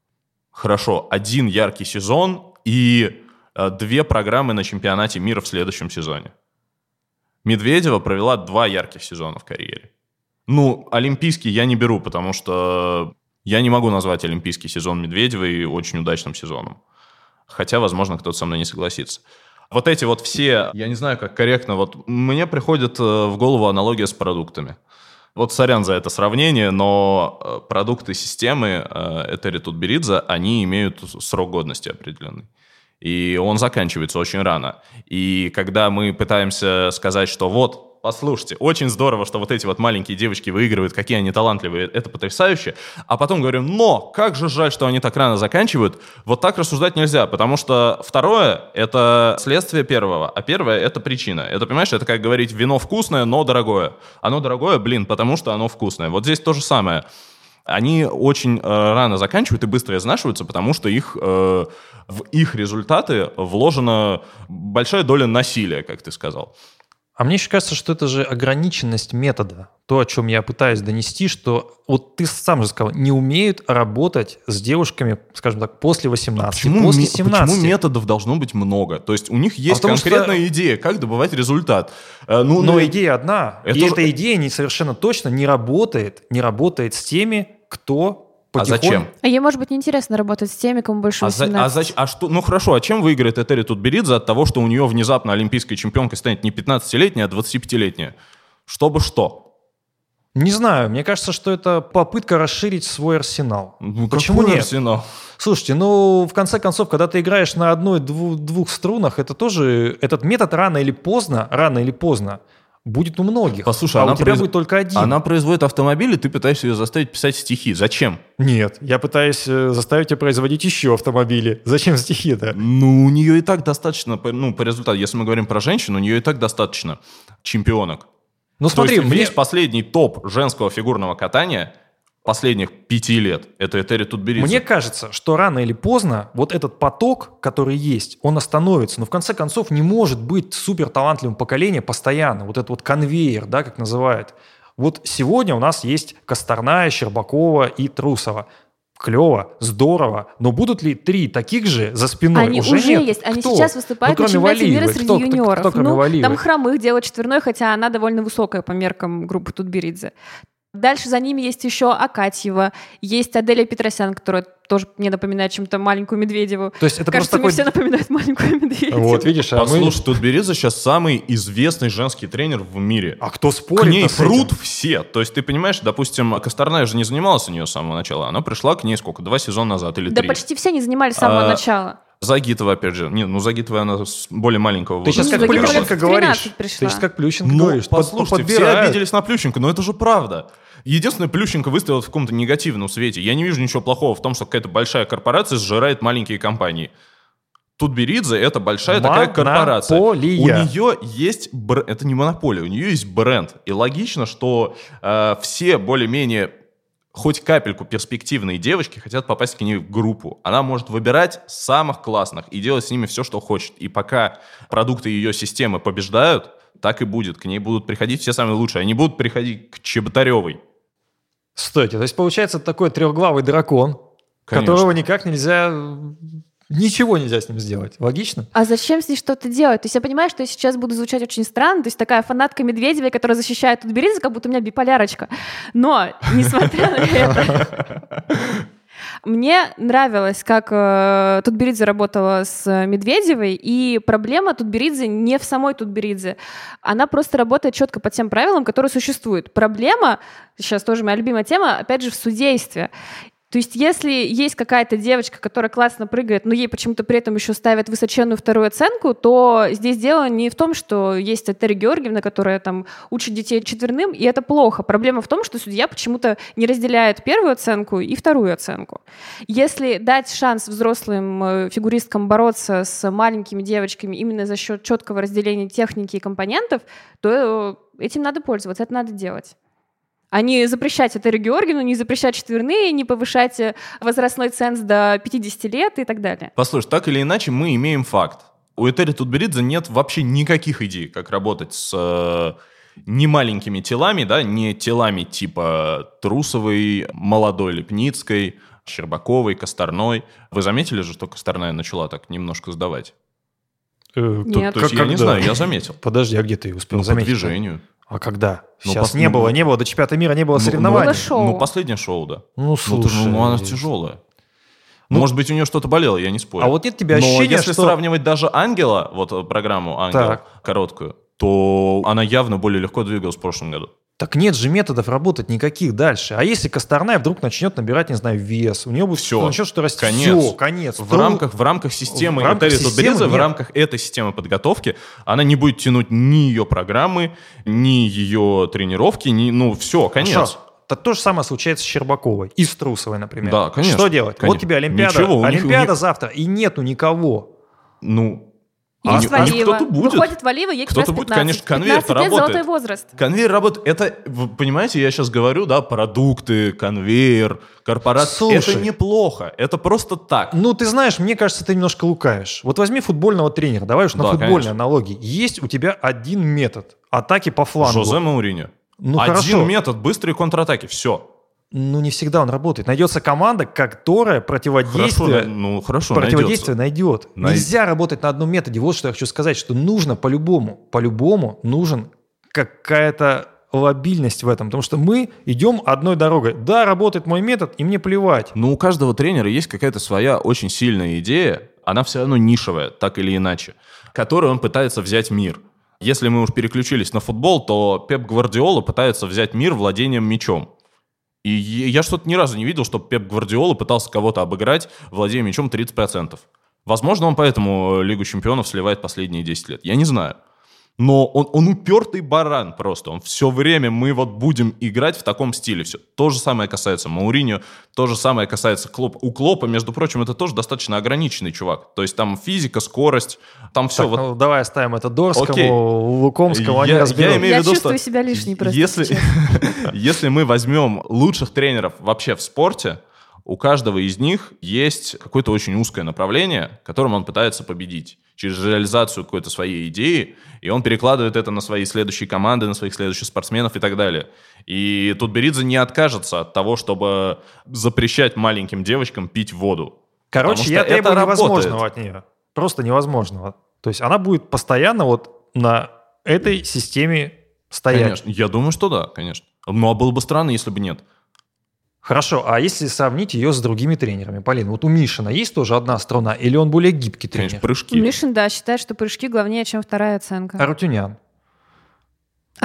хорошо, 1 яркий сезон и 2 программы на чемпионате мира в следующем сезоне. Медведева провела 2 ярких сезона в карьере. Ну, олимпийский я не беру, потому что я не могу назвать олимпийский сезон Медведевой очень удачным сезоном. Хотя, возможно, кто-то со мной не согласится. Вот эти вот все, я не знаю, как корректно, вот мне приходит в голову аналогия с продуктами. Вот сорян за это сравнение, но продукты системы Этери Тутберидзе, они имеют срок годности определенный. И он заканчивается очень рано. И когда мы пытаемся сказать, что вот, послушайте, очень здорово, что вот эти вот маленькие девочки выигрывают, какие они талантливые, это потрясающе, а потом говорим, но как же жаль, что они так рано заканчивают, вот так рассуждать нельзя, потому что второе — это следствие первого, а первое — это причина. Это, понимаешь, это как говорить, вино вкусное, но дорогое. Оно дорогое, потому что оно вкусное. Вот здесь то же самое. Они очень рано заканчивают и быстро изнашиваются, потому что в их результаты вложена большая доля насилия, как ты сказал. А мне еще кажется, что это же ограниченность метода. То, о чем я пытаюсь донести, что вот ты сам же сказал, не умеют работать с девушками, скажем так, после 18, после 17. Почему методов должно быть много? То есть у них есть конкретная идея, как добывать результат. Но идея одна, эта идея совершенно точно не работает с теми, кто потихоньку... А зачем? А ей, может быть, неинтересно работать с теми, кому больше 18. Ну хорошо, а чем выиграет Этери Тутберидзе от того, что у нее внезапно олимпийской чемпионкой станет не 15-летняя, а 25-летняя? Чтобы что? Не знаю, мне кажется, что это попытка расширить свой арсенал. Почему нет? Арсенал? Слушайте, в конце концов, когда ты играешь на одной-двух струнах, это тоже, этот метод рано или поздно будет у многих. Послушай, у тебя будет только один. Она производит автомобили, ты пытаешься ее заставить писать стихи. Зачем? Нет, я пытаюсь заставить ее производить еще автомобили. Зачем стихи-то? Ну, у нее и так достаточно, по результату, если мы говорим про женщину, у нее и так достаточно чемпионок. Ну, смотри, весь последний топ женского фигурного катания последних 5 лет — это Этери Тутберидзе. Мне кажется, что рано или поздно вот этот поток, который есть, он остановится. Но в конце концов не может быть суперталантливым поколением постоянно. Вот этот вот конвейер, да, как называют. Вот сегодня у нас есть Косторная, Щербакова и Трусова. Клево, здорово. Но будут ли 3 таких же за спиной? Они уже нет. есть. Они Кто? сейчас выступают на чемпионате мира среди юниоров. Кто, кроме Валиевой? Там Хромых делает 4-й, хотя она довольно высокая по меркам группы Тутберидзе. Дальше за ними есть еще Акатьева, есть Аделя Петросян, которая тоже мне напоминает чем-то маленькую Медведеву. То есть это кажется, просто мне все напоминают маленькую Медведеву. Вот, видишь, Послушай, Тутберидзе сейчас самый известный женский тренер в мире. А кто спорит? К ней прут все. То есть ты понимаешь, допустим, Косторная же не занималась у нее с самого начала. Она пришла к ней 2 сезона назад или 3? Да почти все не занимались с самого начала. Загитова, опять же. Загитова, она с более маленького возраста. Ты сейчас как Плющенко говоришь. Ты сейчас как Плющенко говоришь. Послушайте, все обиделись на Плющенко, но это же правда. Единственное, Плющенко выставил в каком-то негативном свете. Я не вижу ничего плохого в том, что какая-то большая корпорация сжирает маленькие компании. Тутберидзе — это большая такая корпорация. У нее есть... Это не монополия, у нее есть бренд. И логично, что все более-менее хоть капельку перспективные девочки хотят попасть к ней в группу. Она может выбирать самых классных и делать с ними все, что хочет. И пока продукты ее системы побеждают, так и будет. К ней будут приходить все самые лучшие. Они будут приходить к Чеботаревой. Стойте, то есть получается такой трехглавый дракон, которого никак нельзя... Ничего нельзя с ним сделать. Логично? А зачем с ней что-то делать? То есть я понимаю, что я сейчас буду звучать очень странно, то есть такая фанатка Медведевой, которая защищает Тутберидзе, как будто у меня биполярочка. Но, несмотря на это... Мне нравилось, как Тутберидзе работала с Медведевой, и проблема Тутберидзе не в самой Тутберидзе. Она просто работает четко по тем правилам, которые существуют. Проблема, сейчас тоже моя любимая тема, опять же, в судействе. То есть если есть какая-то девочка, которая классно прыгает, но ей почему-то при этом еще ставят высоченную вторую оценку, то здесь дело не в том, что есть Этери Георгиевна, которая там учит детей четверным, и это плохо. Проблема в том, что судья почему-то не разделяет первую оценку и вторую оценку. Если дать шанс взрослым фигуристкам бороться с маленькими девочками именно за счет четкого разделения техники и компонентов, то этим надо пользоваться, это надо делать. А не запрещать Этери Георгиевну, не запрещать четверные, не повышать возрастной ценз до 50 лет и так далее. Послушай, так или иначе мы имеем факт. У Этери Тутберидзе нет вообще никаких идей, как работать с немаленькими телами, да, не телами типа Трусовой, молодой Лепницкой, Щербаковой, Косторной. Вы заметили же, что Косторная начала так немножко сдавать? Нет. То есть я не знаю, я заметил. Подожди, а где ты успел заметить? По движению. А когда? Сейчас не было, до чемпионата мира не было соревнований. Было шоу. Последнее шоу, да. Слушай. Она тяжелая. Может быть, у нее что-то болело, я не спорю. А вот нет тебя ощущения, но если сравнивать даже Ангела, вот программу «Ангел», короткую, то она явно более легко двигалась в прошлом году. Так нет же методов работать никаких дальше. А если Косторная вдруг начнет набирать, не знаю, вес, у нее будет начнет что расти. Все, конец. В рамках системы Этери Тутберидзе, в рамках этой системы подготовки, она не будет тянуть ни ее программы, ни ее тренировки, все, конец. Хорошо. То же самое случается с Щербаковой и с Трусовой, например. Да, конечно. Что делать? Конечно. Вот тебе Олимпиада. Олимпиада завтра, и нету никого. Есть Валиева. Кто-то будет. Выходит Валиева, ей как раз 15. Кто-то будет, конечно, конвейер 15 лет работает. золотой возраст. Конвейер работает. Это, вы понимаете, я сейчас говорю, да, продукты, конвейер, корпорация. Слушай, это неплохо, это просто так. Ты знаешь, мне кажется, ты немножко лукавишь. Вот возьми футбольного тренера, давай уж на футбольной аналогии. Есть у тебя один метод атаки по флангу. Жозе Мауриньо. Хорошо. Метод, быстрые контратаки, все. Не всегда он работает. Найдется команда, которая противодействие найдет. Нельзя работать на одном методе. Вот что я хочу сказать, что нужно по-любому нужен какая-то лобильность в этом, потому что мы идем одной дорогой. Да, работает мой метод, и мне плевать. Но у каждого тренера есть какая-то своя очень сильная идея, она все равно нишевая, так или иначе, которую он пытается взять мир. Если мы уж переключились на футбол, то Пеп Гвардиола пытается взять мир владением мячом. И я что-то ни разу не видел, чтобы Пеп Гвардиола пытался кого-то обыграть, владея мячом 30%. Возможно, он поэтому Лигу чемпионов сливает последние 10 лет. Я не знаю. Но он упертый баран просто. Он все время мы будем играть в таком стиле. Все. То же самое касается Мауриньо, то же самое касается Клопа. У Клопа, между прочим, это тоже достаточно ограниченный чувак. То есть там физика, скорость, там все. Так, давай оставим это Дорскому, Лукомскому, они разберут. Я чувствую себя лишней просто. Если мы возьмем лучших тренеров вообще в спорте, у каждого из них есть какое-то очень узкое направление, которым он пытается победить через реализацию какой-то своей идеи, и он перекладывает это на свои следующие команды, на своих следующих спортсменов и так далее. И Тутберидзе не откажется от того, чтобы запрещать маленьким девочкам пить воду. Короче, я требую невозможного от нее. Просто невозможного. То есть она будет постоянно на этой системе стоять. Конечно. Я думаю, что да, конечно. Ну, а было бы странно, если бы нет. Хорошо, а если сравнить ее с другими тренерами? Полина, вот у Мишина есть тоже одна струна, или он более гибкий тренер? Конечно, прыжки. Мишин, да, считает, что прыжки главнее, чем вторая оценка. Арутюнян?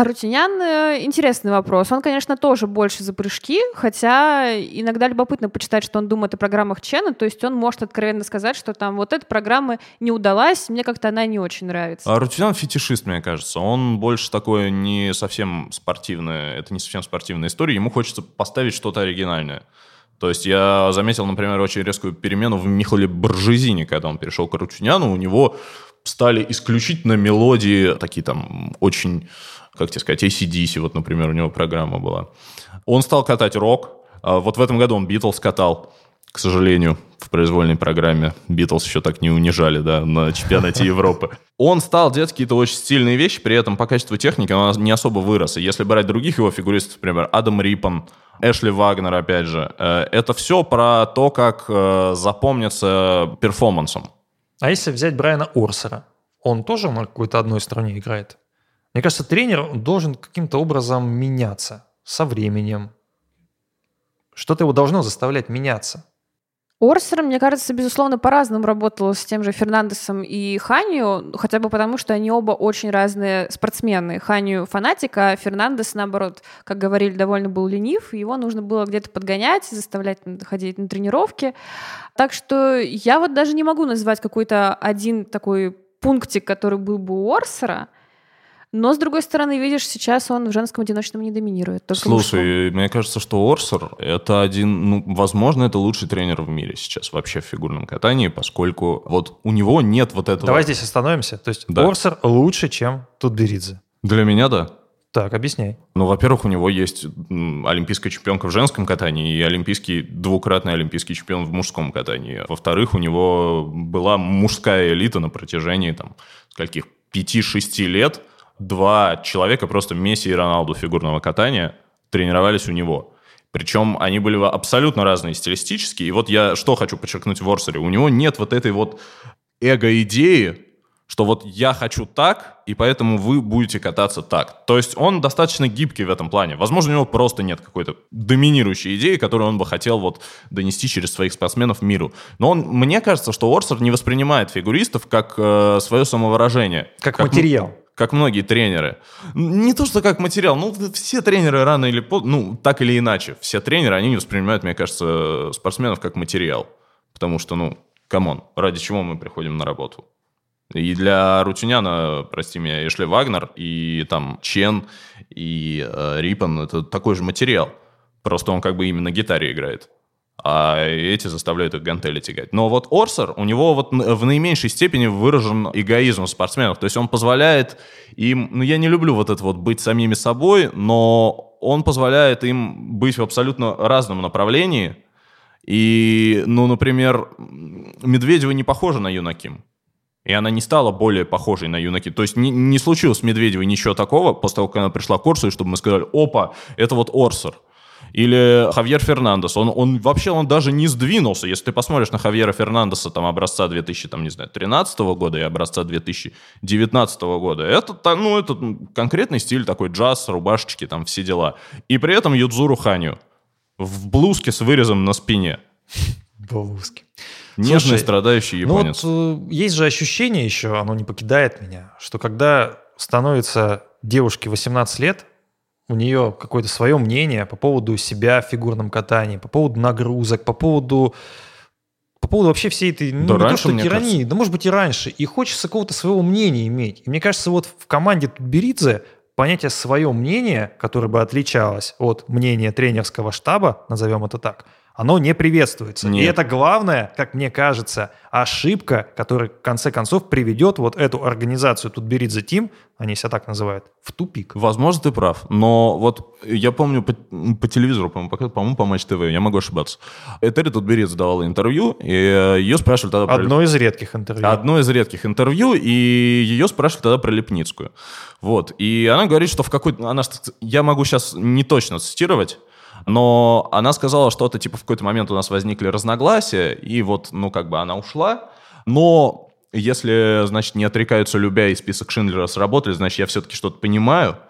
А Рутинян интересный вопрос. Он, конечно, тоже больше за прыжки, хотя иногда любопытно почитать, что он думает о программах Чена, то есть он может откровенно сказать, что там вот эта программа не удалась, мне как-то она не очень нравится. А Рутинян фетишист, мне кажется. Он больше такой не совсем спортивный, это не совсем спортивная история, ему хочется поставить что-то оригинальное. То есть я заметил, например, очень резкую перемену в Михаиле Боржезине, когда он перешел к Рутиняну, у него стали исключительно мелодии такие там очень, как тебе сказать, AC/DC, вот, например, у него программа была. Он стал катать рок. Вот в этом году он Битлз катал, к сожалению, в произвольной программе. Битлз еще так не унижали, да, на чемпионате Европы. Он стал делать какие-то очень стильные вещи, при этом по качеству техники он не особо вырос. И если брать других его фигуристов, например, Адам Риппон, Эшли Вагнер, опять же, это все про то, как запомнится перформансом. А если взять Брайана Орсера, он тоже на какой-то одной стороне играет? Мне кажется, тренер должен каким-то образом меняться со временем. Что-то его должно заставлять меняться. Орсер, мне кажется, безусловно, по-разному работал с тем же Фернандесом и Ханью, хотя бы потому, что они оба очень разные спортсмены. Ханью фанатик, а Фернандес, наоборот, как говорили, довольно был ленив, его нужно было где-то подгонять, заставлять ходить на тренировки. Так что я вот даже не могу назвать какой-то один такой пунктик, который был бы у Орсера. Но, с другой стороны, видишь, сейчас он в женском одиночном не доминирует. Слушай, мне кажется, что Орсер — это один, возможно, это лучший тренер в мире сейчас вообще в фигурном катании, поскольку вот у него нет вот этого... Давай здесь остановимся. То есть Орсер лучше, чем Тутберидзе? Для меня, да. Так, объясняй. Во-первых, у него есть олимпийская чемпионка в женском катании и двукратный олимпийский чемпион в мужском катании. Во-вторых, у него была мужская элита на протяжении, скольких, 5-6 лет. 2 человека, просто Месси и Роналду фигурного катания, тренировались у него. Причем они были абсолютно разные стилистически. И вот я что хочу подчеркнуть в Орсере. У него нет вот этой вот эго-идеи, что вот я хочу так, и поэтому вы будете кататься так. То есть он достаточно гибкий в этом плане. Возможно, у него просто нет какой-то доминирующей идеи, которую он бы хотел вот донести через своих спортсменов миру. Но мне кажется, что Орсер не воспринимает фигуристов как свое самовыражение. Как материал. Как многие тренеры. Не то, что как материал, все тренеры рано или поздно, так или иначе, все тренеры, они не воспринимают, мне кажется, спортсменов как материал. Потому что, камон, ради чего мы приходим на работу? И для Рутиняна, прости меня, Эшли Вагнер, и там Чен, и Риппон — это такой же материал. Просто он как бы именно на гитаре играет. А эти заставляют их гантели тягать. Но вот Орсер, у него вот в наименьшей степени выражен эгоизм спортсменов. То есть он позволяет им... я не люблю вот это вот быть самими собой, но он позволяет им быть в абсолютно разном направлении. И, например, Медведева не похожа на Юна Ким. И она не стала более похожей на Юна Ким. То есть не случилось с Медведевой ничего такого, после того, как она пришла к Орсеру, чтобы мы сказали: опа, это вот Орсер. Или Хавьер Фернандес, он даже не сдвинулся. Если ты посмотришь на Хавьера Фернандеса образца 2013 года и образца 2019 года, это конкретный стиль, такой джаз, рубашечки, все дела. И при этом Юдзуру Ханью в блузке с вырезом на спине. Блузки. Нежный, страдающий японец. Есть же ощущение еще, оно не покидает меня, что когда становится девушке 18 лет, у нее какое-то свое мнение по поводу себя в фигурном катании, по поводу нагрузок, по поводу вообще всей этой, не то что тирании, да может быть и раньше. И хочется какого-то своего мнения иметь. И мне кажется, вот в команде Тутберидзе понятие «свое мнение», которое бы отличалось от мнения тренерского штаба, назовем это так, оно не приветствуется. Нет. И это главная, как мне кажется, ошибка, которая в конце концов приведет вот эту организацию Тутберидзе Тим, они себя так называют, в тупик. Возможно, ты прав. Но вот я помню по телевизору, по-моему, по Матч ТВ, я могу ошибаться. Этери Тутберидзе давала интервью, и ее спрашивали тогда Одно из редких интервью, и ее спрашивали тогда про Лепницкую. Вот. И она говорит, что я могу сейчас не точно цитировать, но она сказала что-то, в какой-то момент у нас возникли разногласия, и вот, она ушла. Но если, не отрекаются любя и список Шиндлера сработали, значит, я все-таки что-то понимаю.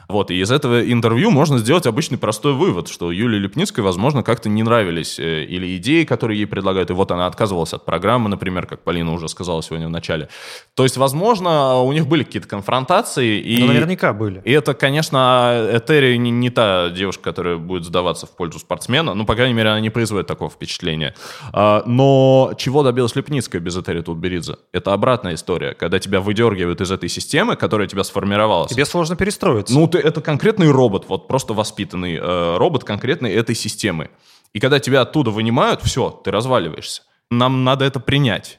Вот, и из этого интервью можно сделать обычный простой вывод, что Юлии Лепницкой, возможно, как-то не нравились или идеи, которые ей предлагают, и вот она отказывалась от программы, например, как Полина уже сказала сегодня в начале. То есть, возможно, у них были какие-то конфронтации. И, наверняка были. И это, конечно, Этери не та девушка, которая будет сдаваться в пользу спортсмена, ну, по крайней мере, она не производит такого впечатления. Но чего добилась Лепницкая без Этери Тутберидзе? Это обратная история, когда тебя выдергивают из этой системы, которая тебя сформировалась. Тебе сложно перестроиться. Ну, это конкретный робот, вот просто воспитанный робот конкретной этой системы. И когда тебя оттуда вынимают, все, ты разваливаешься. Нам надо это принять.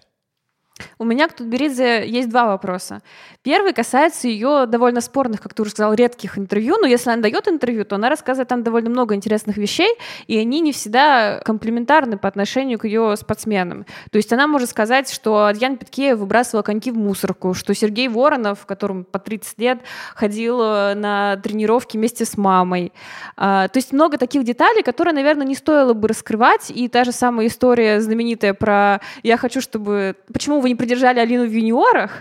У меня к Тутберидзе есть два вопроса. Первый касается ее довольно спорных, как ты уже сказал, редких интервью. Но если она дает интервью, то она рассказывает там довольно много интересных вещей, и они не всегда комплементарны по отношению к ее спортсменам. То есть она может сказать, что Адьян Петкеев выбрасывал коньки в мусорку, что Сергей Воронов, которому по 30 лет, ходил на тренировки вместе с мамой. То есть много таких деталей, которые, наверное, не стоило бы раскрывать. И та же самая история знаменитая про «я хочу, чтобы...» Почему вы не придержали Алину в юниорах?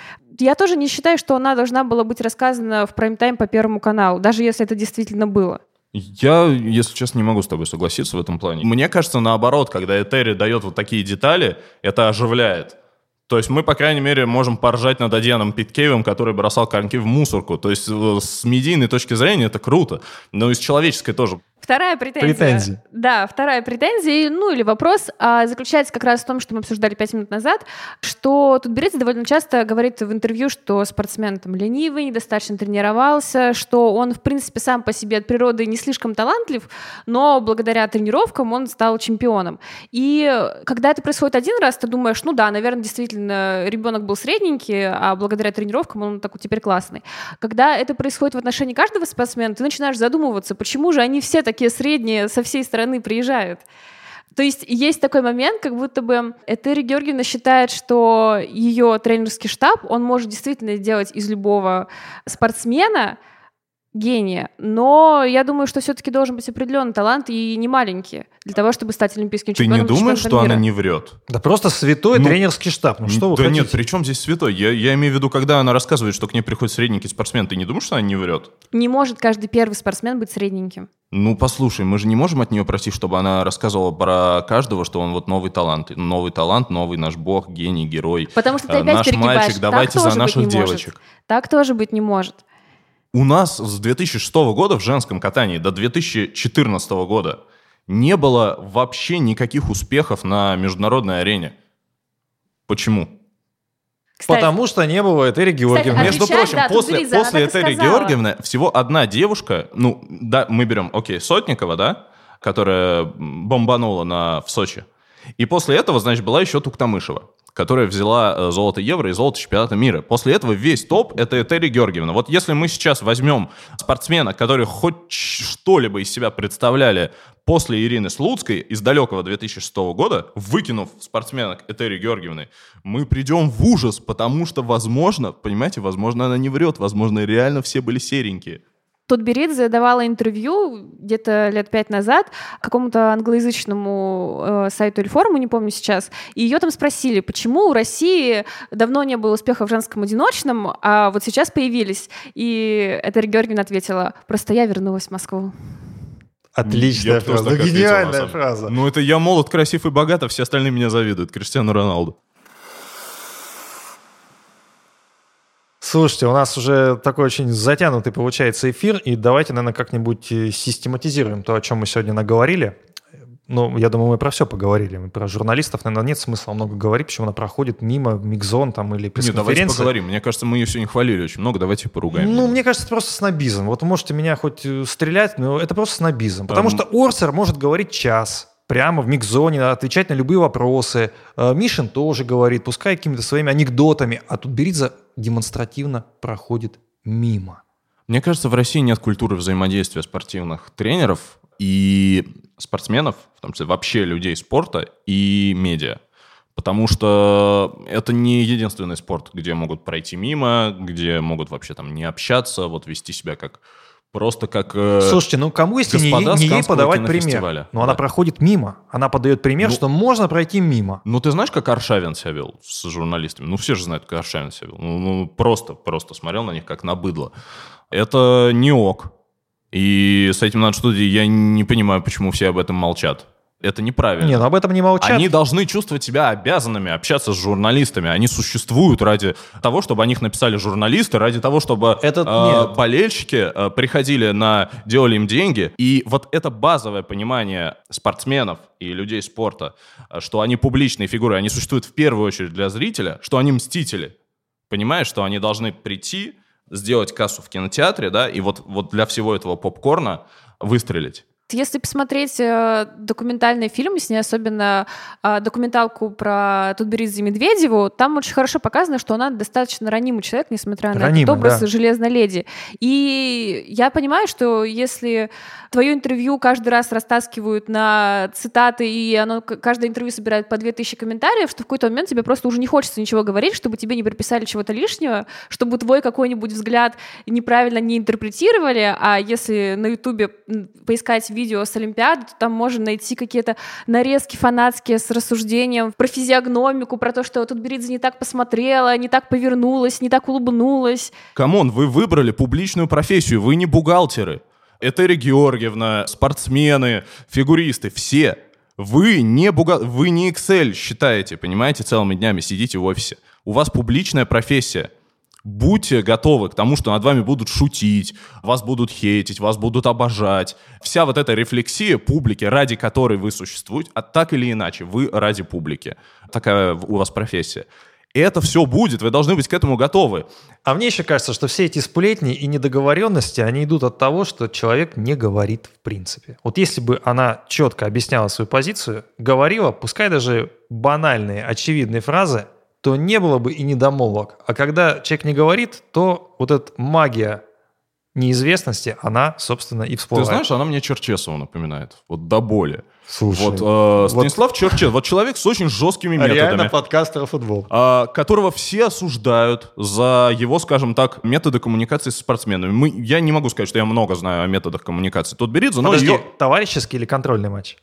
Я тоже не считаю, что она должна была быть рассказана в прайм-тайм по Первому каналу, даже если это действительно было. Я, если честно, не могу с тобой согласиться в этом плане. Мне кажется, наоборот, когда Этери дает вот такие детали, это оживляет. То есть мы, по крайней мере, можем поржать над Адьяном Петкеевым, который бросал коньки в мусорку. То есть с медийной точки зрения это круто, но и с человеческой тоже. Вторая претензия. Да, вторая претензия, ну или вопрос, заключается как раз в том, что мы обсуждали 5 минут назад, что Тутберидзе довольно часто говорит в интервью, что спортсмен там ленивый, недостаточно тренировался, что он, в принципе, сам по себе от природы не слишком талантлив, но благодаря тренировкам он стал чемпионом. И когда это происходит один раз, ты думаешь, ну да, наверное, действительно, ребенок был средненький, а благодаря тренировкам он такой теперь классный. Когда это происходит в отношении каждого спортсмена, ты начинаешь задумываться, почему же они все такие средние со всей страны приезжают. То есть есть такой момент, как будто бы Этери Георгиевна считает, что ее тренерский штаб, он может действительно сделать из любого спортсмена гения, но я думаю, что все-таки должен быть определенный талант и не маленький для того, чтобы стать олимпийским чемпионом. Ты не думаешь, что она не врет? Да просто святой тренерский штаб. Ну что вы да хотите? Нет, при чем здесь святой? Я имею в виду, когда она рассказывает, что к ней приходит средненький спортсмен, ты не думаешь, что она не врет? Не может каждый первый спортсмен быть средненьким. Ну, послушай, мы же не можем от нее просить, чтобы она рассказывала про каждого, что он вот новый талант, новый наш бог, гений, герой. Потому что ты опять наш перегибаешь. мальчик, давайте за наших девочек. Так тоже быть не может. У нас с 2006 года в женском катании до 2014 года не было вообще никаких успехов на международной арене. Почему? Кстати, потому что не было Этери Георгиевны. Между прочим, после Этери Георгиевны всего одна девушка, ну, да, мы берем, Сотникова, да, которая бомбанула в Сочи. И после этого, значит, была еще Туктамышева, которая взяла золото Евро и золото чемпионата мира. После этого весь топ — это Этери Георгиевна. Вот если мы сейчас возьмем спортсмена, которые хоть что-либо из себя представляли после Ирины Слуцкой из далекого 2006 года, выкинув спортсменок Этери Георгиевны, мы придем в ужас, потому что, возможно, понимаете, возможно, она не врет, возможно, реально все были серенькие. Тутберидзе давала интервью где-то лет 5 назад какому-то англоязычному сайту или форуму, не помню сейчас, и ее там спросили, почему у России давно не было успехов в женском одиночном, а вот сейчас появились. И Этери Георгиевна ответила, просто я вернулась в Москву. Отличная фраза, гениальная фраза. Ну это я молод, красив и богат, а все остальные меня завидуют. Криштиану Роналду. Слушайте, у нас уже такой очень затянутый получается эфир, и давайте, наверное, как-нибудь систематизируем то, о чем мы сегодня наговорили. Ну, я думаю, мы про все поговорили. Про журналистов, наверное, нет смысла много говорить, почему она проходит мимо Мигзон там или пресс-конференции. Нет, давайте поговорим. Мне кажется, мы ее сегодня хвалили очень много, давайте поругаем. Ну, мне кажется, это просто снобизм. Вот вы можете меня хоть стрелять, но это просто снобизм. Потому что Орсер может говорить час прямо в Мигзоне, отвечать на любые вопросы. Мишин тоже говорит, пускай какими-то своими анекдотами, а Тутберидзе демонстративно проходит мимо. Мне кажется, в России нет культуры взаимодействия спортивных тренеров и спортсменов, в том числе вообще людей спорта и медиа. Потому что это не единственный спорт, где могут пройти мимо, где могут вообще там не общаться, вот вести себя просто как Слушайте, ну кому, если не ей подавать пример? Но она проходит мимо. Она подает пример, что можно пройти мимо. Ну ты знаешь, как Аршавин себя вел с журналистами? Ну все же знают, как Аршавин себя вел. Ну просто смотрел на них как на быдло. Это не ок. И с этим надо что-то... Я не понимаю, почему все об этом молчат. Это неправильно. Не, ну об этом не молчат. Они должны чувствовать себя обязанными общаться с журналистами. Они существуют ради того, чтобы о них написали журналисты, ради того, чтобы болельщики приходили, делали им деньги. И вот это базовое понимание спортсменов и людей спорта, что они публичные фигуры, они существуют в первую очередь для зрителя, что они мстители. Понимаешь, что они должны прийти, сделать кассу в кинотеатре, да, и вот для всего этого попкорна выстрелить. Если посмотреть документальные фильмы, с ней особенно документалку про Тутберидзе и Медведеву, там очень хорошо показано, что она достаточно ранимый человек, несмотря на этот образ железной леди. И я понимаю, что если твое интервью каждый раз растаскивают на цитаты, и каждое интервью собирает по 2000 комментариев, что в какой-то момент тебе просто уже не хочется ничего говорить, чтобы тебе не приписали чего-то лишнего, чтобы твой какой-нибудь взгляд неправильно не интерпретировали, а если на Ютубе поискать видео с Олимпиады, то там можно найти какие-то нарезки фанатские с рассуждением про физиогномику, про то, что Тутберидзе не так посмотрела, не так повернулась, не так улыбнулась. Камон, вы выбрали публичную профессию, вы не бухгалтеры. Этери Георгиевна, спортсмены, фигуристы, все. Вы не Excel считаете, понимаете, целыми днями сидите в офисе. У вас публичная профессия. Будьте готовы к тому, что над вами будут шутить, вас будут хейтить, вас будут обожать. Вся вот эта рефлексия публики, ради которой вы существуете, а так или иначе, вы ради публики. Такая у вас профессия. И это все будет, вы должны быть к этому готовы. А мне еще кажется, что все эти сплетни и недоговоренности, они идут от того, что человек не говорит в принципе. Вот если бы она четко объясняла свою позицию, говорила, пускай даже банальные, очевидные фразы, то не было бы и недомолвок. А когда человек не говорит, то вот эта магия неизвестности, она, собственно, и всплывает. Ты знаешь, она мне Черчесова напоминает. Вот до боли. Слушай. Станислав Черчесов. Вот человек с очень жесткими методами. Реально подкастер футбол. Которого все осуждают за его, скажем так, методы коммуникации со спортсменами. Я не могу сказать, что я много знаю о методах коммуникации Тутберидзе, но ее... Товарищеский или контрольный матч?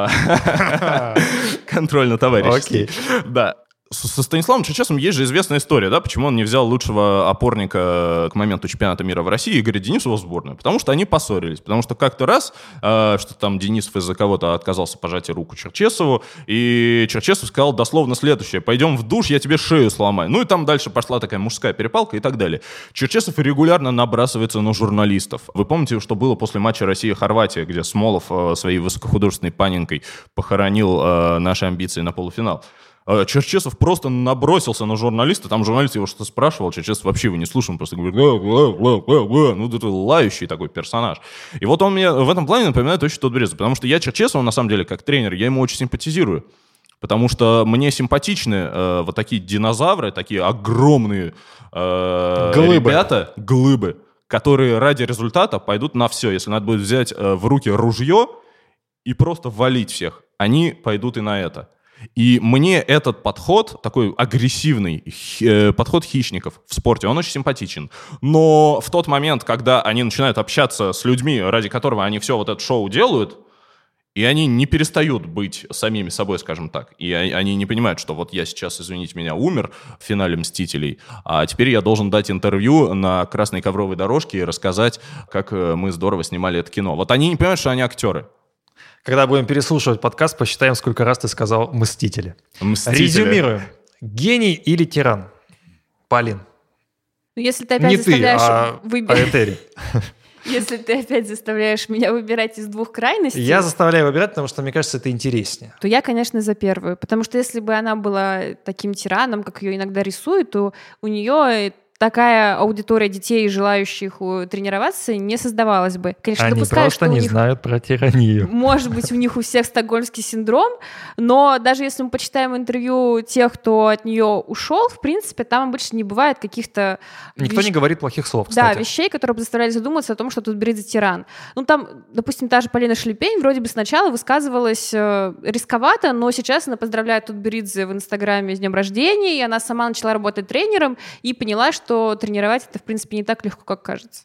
Контрольно-товарищеский. Да. Со Станиславом Черчесовым есть же известная история, да, почему он не взял лучшего опорника к моменту чемпионата мира в России, Игоря Денисова, в сборную. Потому что они поссорились. Потому что как-то раз, что там Денисов из-за кого-то отказался пожать руку Черчесову, и Черчесов сказал дословно следующее: «Пойдем в душ, я тебе шею сломаю». Ну и там дальше пошла такая мужская перепалка и так далее. Черчесов регулярно набрасывается на журналистов. Вы помните, что было после матча Россия-Хорватия, где Смолов своей высокохудожественной паненкой похоронил наши амбиции на полуфинал? Черчесов просто набросился на журналиста, там журналист его что-то спрашивал, Черчесов вообще его не слушал, он просто говорит, ну это лающий такой персонаж. И вот он мне в этом плане напоминает очень Тутберидзе, потому что я Черчесова, на самом деле, как тренер, я ему очень симпатизирую, потому что мне симпатичны вот такие динозавры, такие огромные ребята, глыбы, которые ради результата пойдут на все. Если надо будет взять в руки ружье и просто валить всех, они пойдут и на это. И мне этот подход, такой агрессивный подход хищников в спорте, он очень симпатичен. Но в тот момент, когда они начинают общаться с людьми, ради которого они все вот это шоу делают, и они не перестают быть самими собой, скажем так, и они не понимают, что вот я сейчас, извините меня, умер в финале «Мстителей», а теперь я должен дать интервью на красной ковровой дорожке и рассказать, как мы здорово снимали это кино. Вот они не понимают, что они актеры. Когда будем переслушивать подкаст, посчитаем, сколько раз ты сказал «мстители». Резюмируем. Гений или тиран? Полин. Если ты опять заставляешь Этери. Если ты опять заставляешь меня выбирать из двух крайностей... Я заставляю выбирать, потому что, мне кажется, это интереснее. То я, конечно, за первую. Потому что если бы она была таким тираном, как ее иногда рисуют, то у нее... такая аудитория детей, желающих тренироваться, не создавалась бы. Конечно, они допускаю, просто не знают про тиранию. Может быть, у них у всех стокгольмский синдром, но даже если мы почитаем интервью тех, кто от нее ушел, в принципе, там обычно не бывает каких-то... Никто не говорит плохих слов, кстати. Да, вещей, которые бы заставляли задуматься о том, что Тутберидзе тиран. Ну, там, допустим, та же Полина Шлепень вроде бы сначала высказывалась рисковато, но сейчас она поздравляет Тутберидзе в Инстаграме с днем рождения, и она сама начала работать тренером и поняла, что тренировать это, в принципе, не так легко, как кажется.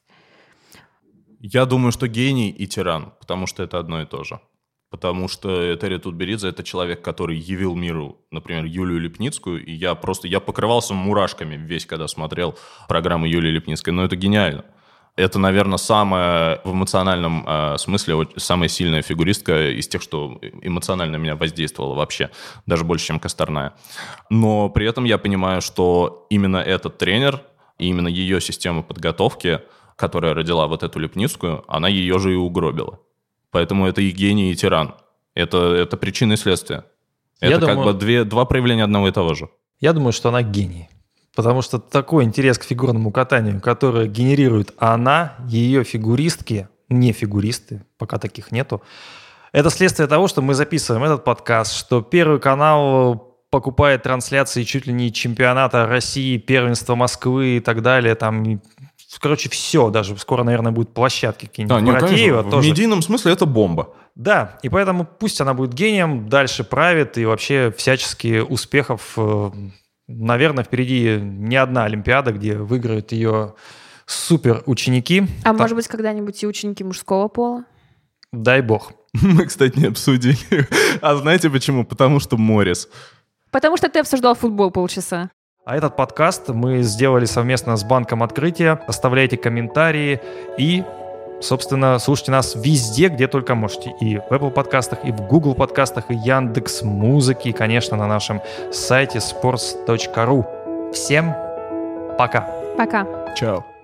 Я думаю, что гений и тиран, потому что это одно и то же. Потому что Этери Тутберидзе — это человек, который явил миру, например, Юлию Липницкую, и я покрывался мурашками весь, когда смотрел программу Юлии Липницкой. Но это гениально. Это, наверное, самая в эмоциональном смысле самая сильная фигуристка из тех, что эмоционально меня воздействовала вообще, даже больше, чем Косторная. Но при этом я понимаю, что именно этот тренер и именно ее система подготовки, которая родила вот эту Лепницкую, она ее же и угробила. Поэтому это и гений, и тиран. Это причина и следствие. Это как бы два проявления одного и того же. Я думаю, что она гений. Потому что такой интерес к фигурному катанию, который генерирует она, ее фигуристки, не фигуристы, пока таких нету, это следствие того, что мы записываем этот подкаст, что Первый канал покупает трансляции чуть ли не чемпионата России, первенства Москвы и так далее. Там, короче, все. Даже скоро, наверное, будут площадки какие-нибудь. Конечно, в медийном смысле это бомба. Да, и поэтому пусть она будет гением, дальше правит, и вообще всячески успехов. Наверное, впереди не одна Олимпиада, где выиграют ее супер ученики. А может быть, когда-нибудь и ученики мужского пола? Дай бог. Мы, кстати, не обсудили. А знаете почему? Потому что Моррис. Потому что ты обсуждал футбол полчаса. А этот подкаст мы сделали совместно с Банком Открытия. Оставляйте комментарии и, собственно, слушайте нас везде, где только можете. И в Apple подкастах, и в Google подкастах, и Яндекс.Музыке, и, конечно, на нашем сайте sports.ru. Всем пока. Пока. Чао.